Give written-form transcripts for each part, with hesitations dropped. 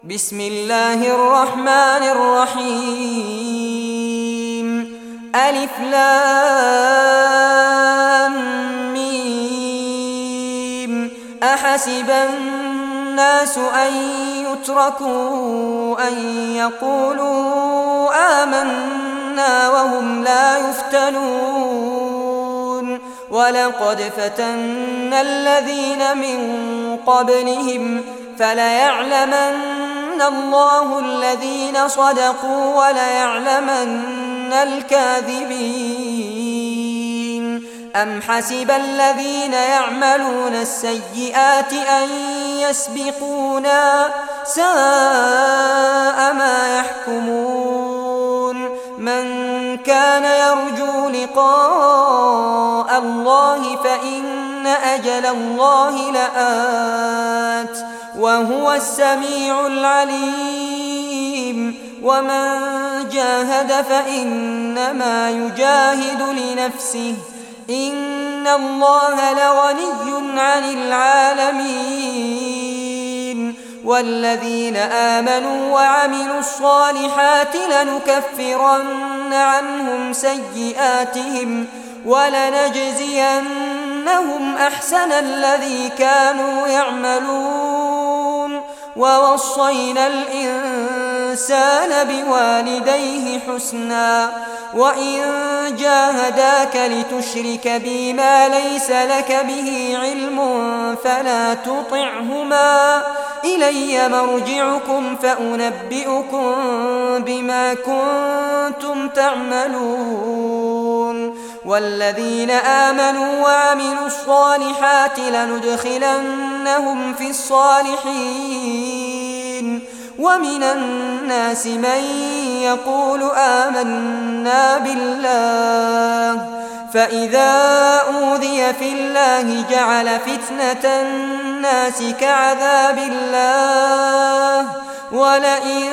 بسم الله الرحمن الرحيم. ألف لام ميم. أحسب الناس أن يتركوا أن يقولوا آمنا وهم لا يفتنون ولقد فتنا الذين من قبلهم فليعلمن الله الذين صدقوا وليعلمن الكاذبين. أم حسب الذين يعملون السيئات أن يسبقونا ساء ما يحكمون. من كان يرجو لقاء الله فإن أجل الله لآت وهو السميع العليم. ومن جاهد فإنما يجاهد لنفسه إن الله لغني عن العالمين. والذين آمنوا وعملوا الصالحات لنكفرن عنهم سيئاتهم ولنجزينهم أحسن الذي كانوا يعملون. ووصينا الإنسان بوالديه حسنا وإن جاهداك لتشرك بي ما ليس لك به علم فلا تطعهما إلي مرجعكم فأنبئكم بما كنتم تعملون. والذين آمنوا وعملوا الصالحات لندخلنهم في الصالحين. ومن الناس من يقول آمنا بالله فإذا أوذي في الله جعل فتنة الناس كعذاب الله ولئن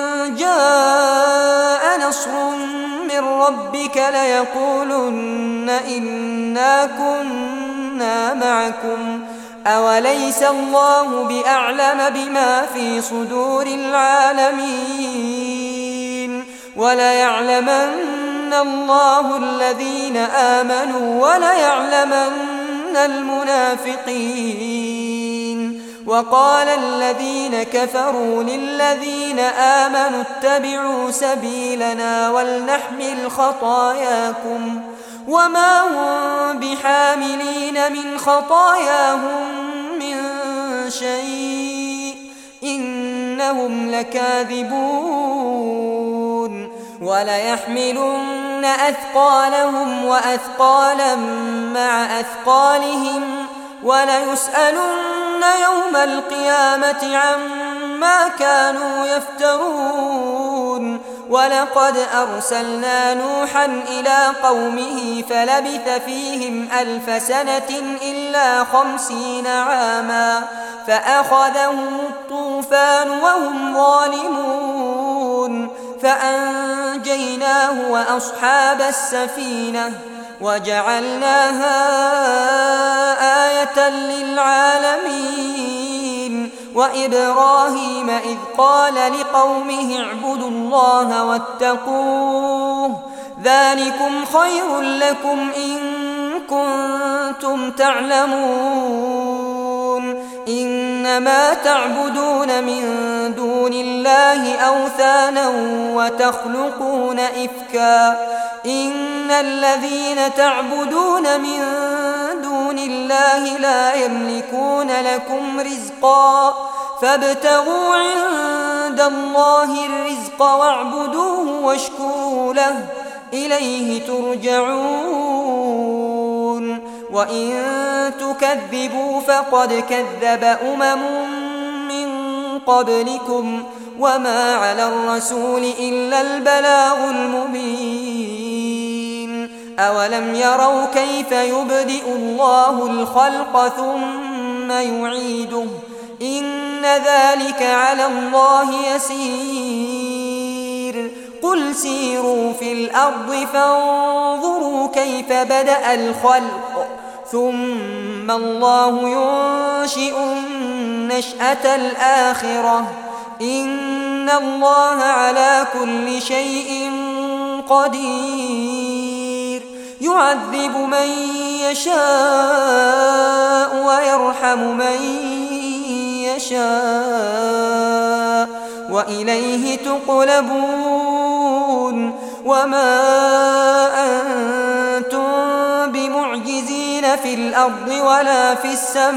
جاء نصر من ربك ليقولن إنا كنا معكم أوليس الله بأعلم بما في صدور العالمين. وليعلمن الله الذين آمنوا وليعلمن المنافقين. وقال الذين كفروا للذين آمنوا اتبعوا سبيلنا ولنحمل خطاياكم وما هم بحاملين من خطاياهم من شيء إنهم لكاذبون. وليحملن أثقالهم وأثقالا مع أثقالهم وليسألن يوم القيامة عما كانوا يفترون. ولقد أرسلنا نوحا إلى قومه فلبث فيهم 1000 سنة إلا 50 عاما فأخذهم الطوفان وهم ظالمون فأنجيناه وأصحاب السفينة وجعلناها آية للعالمين. وإبراهيم إذ قال لقومه اعبدوا الله واتقوه ذلكم خير لكم إن كنتم تعلمون. إنما تعبدون من دون الله أوثانا وتخلقون إفكا إن الذين تعبدون من دون الله لا يملكون لكم رزقا فابتغوا عند الله الرزق واعبدوه واشكروا له إليه ترجعون. وإن تكذبوا فقد كذب من قبلكم وما على الرسول إلا البلاغ المبين. أولم يروا كيف يبدئ الله الخلق ثم يعيده إن ذلك على الله يسير. قل سيروا في الأرض فانظروا كيف بدأ الخلق ثم الله ينشئ النشأة الآخرة إن الله على كل شيء قدير يعذب من يشاء ويرحم من يشاء وإليه تقلبون وما أنتم بمعجزين في الأرض ولا في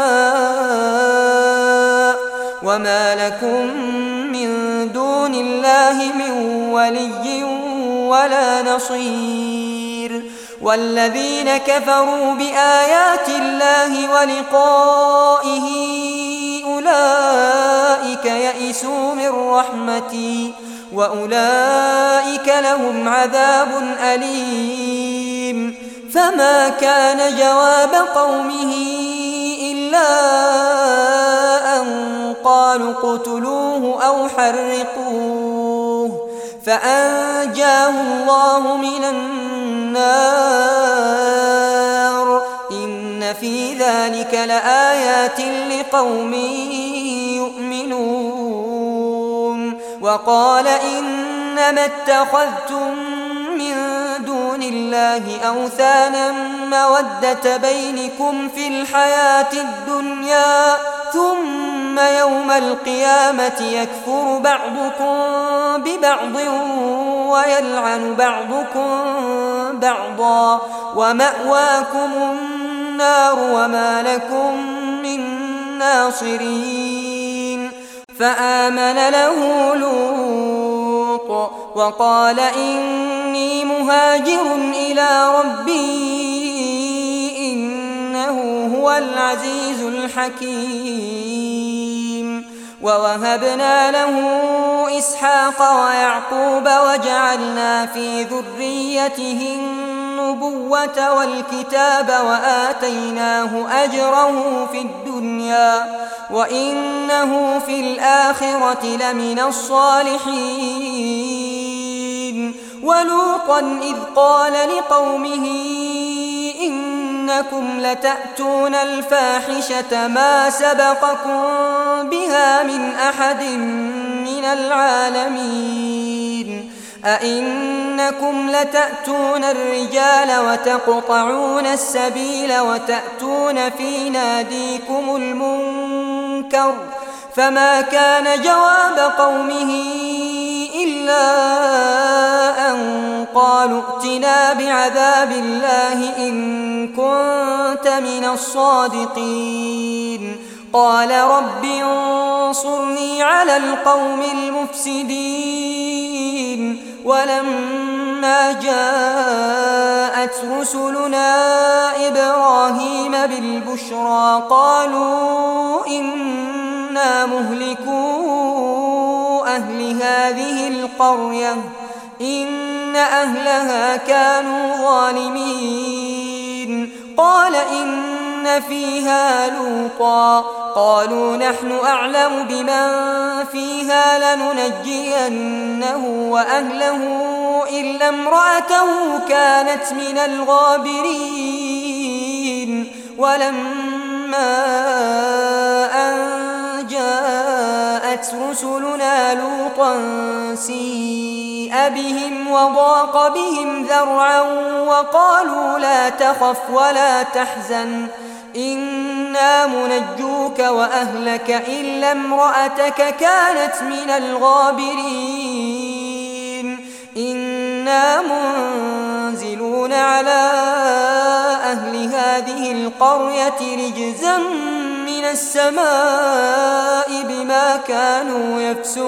السماء وما لكم من دون الله من ولي ولا نصير والذين كفروا بآيات الله ولقائه أولئك يئسوا من رحمتي وأولئك لهم عذاب أليم فما كان جواب قومه إلا أن قالوا اقتلوه أو حرقوه فأنجاه الله من النار إن في ذلك لآيات لقوم يؤمنون وقال إنما اتخذتم من دون الله أوثانا مودة بينكم في الحياة الدنيا ثم يوم القيامة يكفر بعضكم ببعض ويلعن بعضكم بعضا ومأواكم النار وما لكم من ناصرين فآمن له لوط وقال إني مهاجر إلى ربي إنه هو العزيز الحكيم ووهبنا له إسحاق ويعقوب وجعلنا في ذريته النبوة والكتاب وآتيناه أجره في الدنيا وإنه في الآخرة لمن الصالحين ولوطا إذ قال لقومه إنكم لتأتون الفاحشة ما سبقكم بها من أحد من العالمين أئنكم لتأتون الرجال وتقطعون السبيل وتأتون في ناديكم المنكر فما كان جواب قومه إلا أن قالوا ائتنا بعذاب الله إن كنت من الصادقين قال رب انصرني على القوم المفسدين ولما جاءت رسلنا إبراهيم بالبشرى قالوا إنا مهلكو أهل هذه القرية إن أهلها كانوا ظالمين قال إن فيها لوطا قالوا نحن أعلم بمن فيها لننجينه وأهله إلا امرأته كانت من الغابرين ولما أن جاءت رسلنا لوطا سيء بهم وضاق بهم ذرعا وقالوا لا تخف ولا تحزن إنا منجوك وأهلك إلا امرأتك كانت من الغابرين إنا منزلون على أهل هذه القرية رجزا من السماء بما كانوا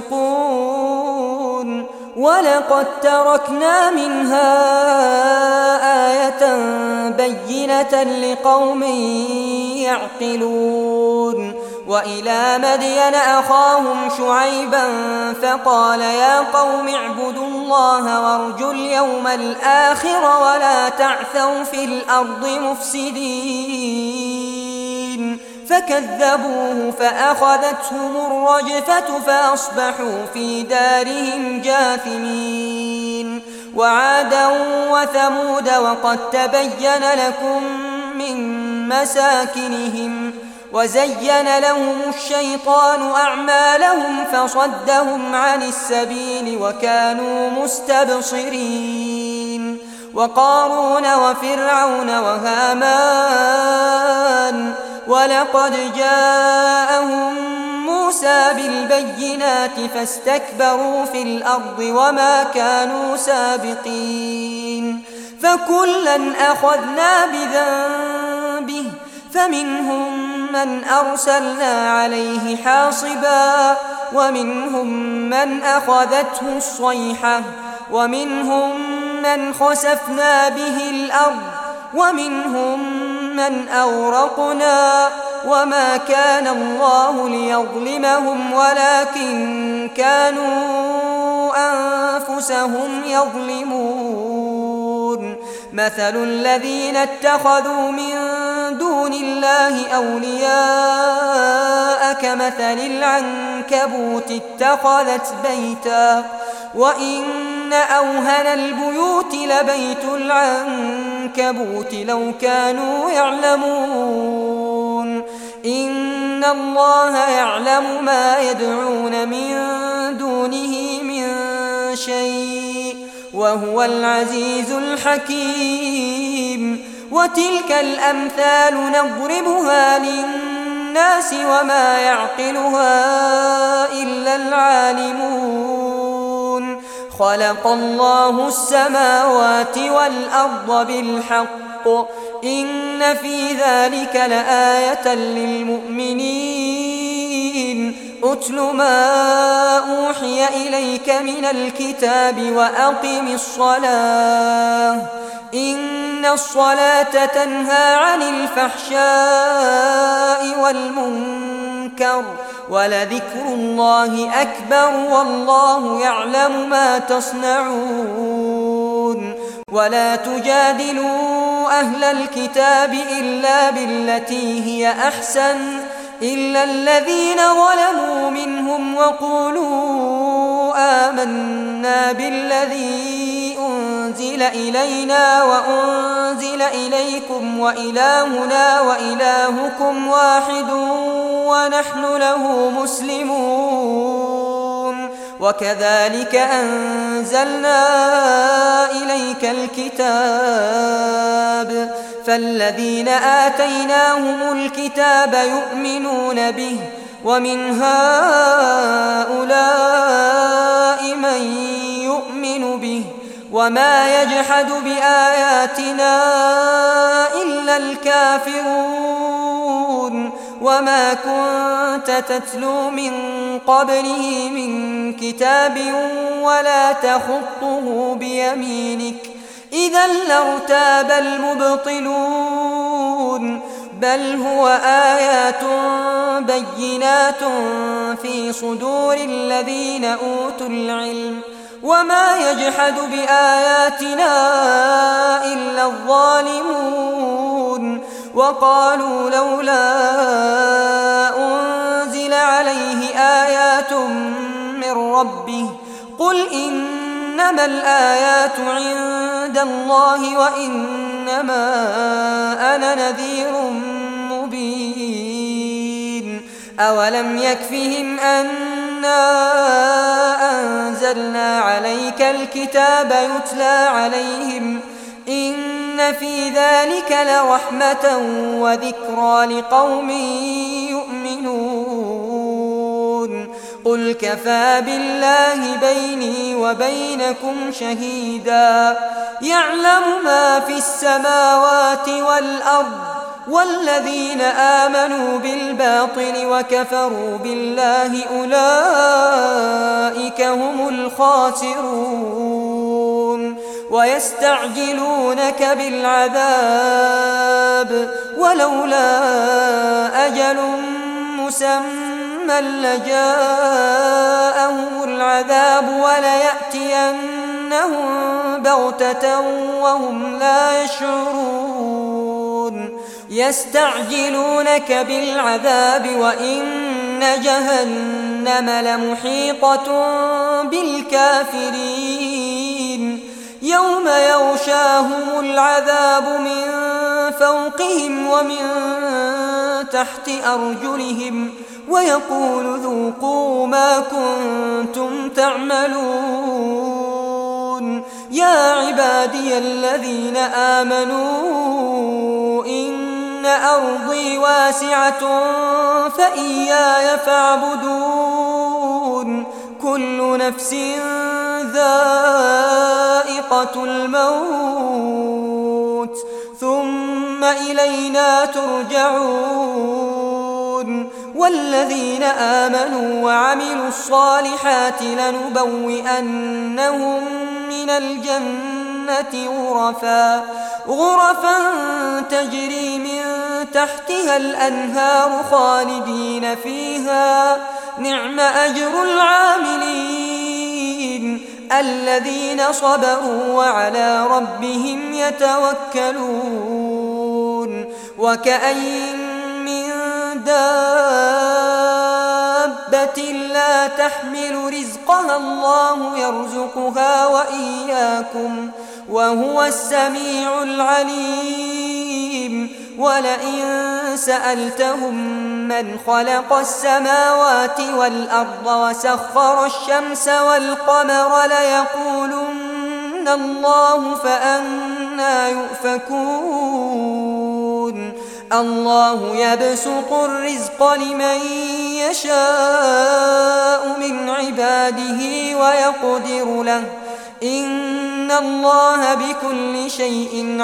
يفسقون ولقد تركنا منها آية بينة لقوم يعقلون وإلى مدين أخاهم شعيبا فقال يا قوم اعبدوا الله وارجوا اليوم الآخر ولا تعثوا في الأرض مفسدين فكذبوه فأخذتهم الرجفة فأصبحوا في دارهم جاثمين وعادا وثمود وقد تبين لكم من مساكنهم وزين لهم الشيطان أعمالهم فصدهم عن السبيل وكانوا مستبصرين وقارون وفرعون وهامان ولقد جاءهم موسى بالبينات فاستكبروا في الأرض وما كانوا سابقين فكلا أخذنا بذنبه فمنهم من أرسلنا عليه حاصبا ومنهم من أخذته الصيحة ومنهم من خسفنا به الأرض ومنهم من أغرقنا وما كان الله ليظلمهم ولكن كانوا أنفسهم يظلمون مثل الذين اتخذوا من دون الله أولياء كمثل العنكبوت اتخذت بيتا وإن أوهن البيوت لبيت العنكبوت لو كانوا يعلمون إن الله يعلم ما يدعون من دونه من شيء وهو العزيز الحكيم وتلك الأمثال نضربها للناس وما يعقلها إلا العالمون خلق الله السماوات والأرض بالحق إن في ذلك لآية للمؤمنين أتل ما أوحي إليك من الكتاب وأقم الصلاة إن الصلاة تنهى عن الفحشاء والمنكر ولذكر الله أكبر والله يعلم ما تصنعون ولا تجادلوا أهل الكتاب إلا بالتي هي أحسن إلا الذين ظلموا منهم وقولوا آمنا بالذي أنزل إلينا وأنزل إليكم وإلهنا وإلهكم واحد ونحن له مسلمون وكذلك أنزلنا إليك الكتاب فالذين آتيناهم الكتاب يؤمنون به ومن هؤلاء من يؤمن به وما يجحد بآياتنا إلا الكافرون وما كنت تتلو من قبله من كتاب ولا تخطه بيمينك إذا لارتاب المبطلون بل هو آيات بينات في صدور الذين أوتوا العلم وما يجحد بآياتنا إلا الظالمون وقالوا لولا أنزل عليه آيات من ربه قل إنما الآيات عند الله وإنما أنا نذير مبين أولم يكفهم أنا أنزلنا عليك الكتاب يتلى عليهم إن في ذلك لرحمة وذكرى لقوم يؤمنون قل كفى بالله بيني وبينكم شهيدا يعلم ما في السماوات والأرض والذين آمنوا بالباطل وكفروا بالله أولئك هم الخاسرون ويستعجلونك بالعذاب ولولا أجل مسمى لجاءهم العذاب وليأتينهم بغتة وهم لا يشعرون يستعجلونك بالعذاب وإن جهنم لمحيطة بالكافرين يوم يغشاهم العذاب من فوقهم ومن تحت أرجلهم ويقول ذوقوا ما كنتم تعملون. يا عبادي الذين آمنوا إن أرضي واسعة فإياي فاعبدون. كل نفس ذائقة الموت ثم إلينا ترجعون. والذين آمنوا وعملوا الصالحات لنبوئنهم من الجنة غرفا تجري من تحتها الأنهار خالدين فيها. نعم أجر العاملين الذين صبروا وعلى ربهم يتوكلون. وكأين من دابة لا تحمل رزقها الله يرزقها وإياكم وهو السميع العليم. ولئن سألتهم من خلق السماوات والأرض وسخر الشمس والقمر ليقولن الله فأنى يؤفكون. الله يبسط الرزق لمن يشاء من عباده ويقدر له إن الله بكل شيء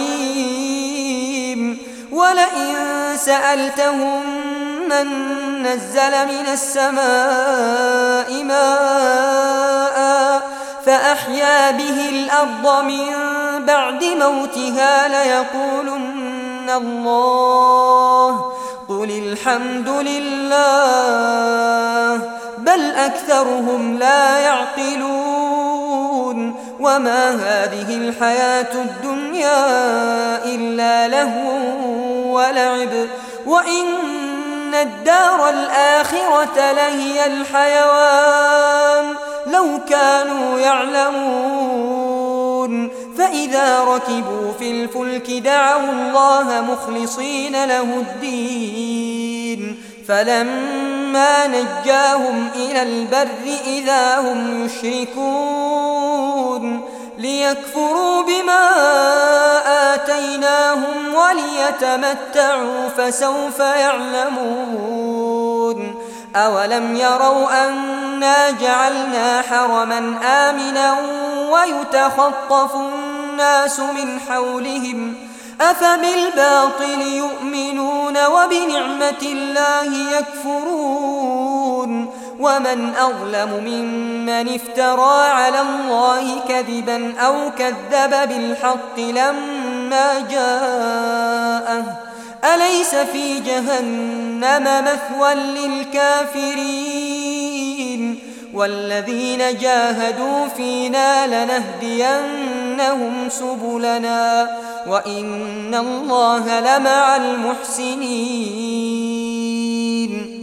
عليم. ولئن سألتهم من نزل من السماء ماء فأحيا به الأرض من بعد موتها ليقولن الله قل الحمد لله بل أكثرهم لا يعقلون. وما هذه الحياة الدنيا إلا لهو ولعب وإن الدار الآخرة لهي الحيوان لو كانوا يعلمون. فإذا ركبوا في الفلك دعوا الله مخلصين له الدين فلما نجاهم إلى البر إذا هم يشركون ليكفروا بما آتيناهم وليتمتعوا فسوف يعلمون. أولم يروا أنا جعلنا حرما آمنا ويتخطف الناس من حولهم أفبالباطل يؤمنون وبنعمة الله يكفرون. ومن أظلم ممن افترى على الله كذبا أو كذب بالحق لما جاءه أليس في جهنم مثوى للكافرين. والذين جاهدوا فينا لنهدينهم سبلنا وإن الله لمع المحسنين.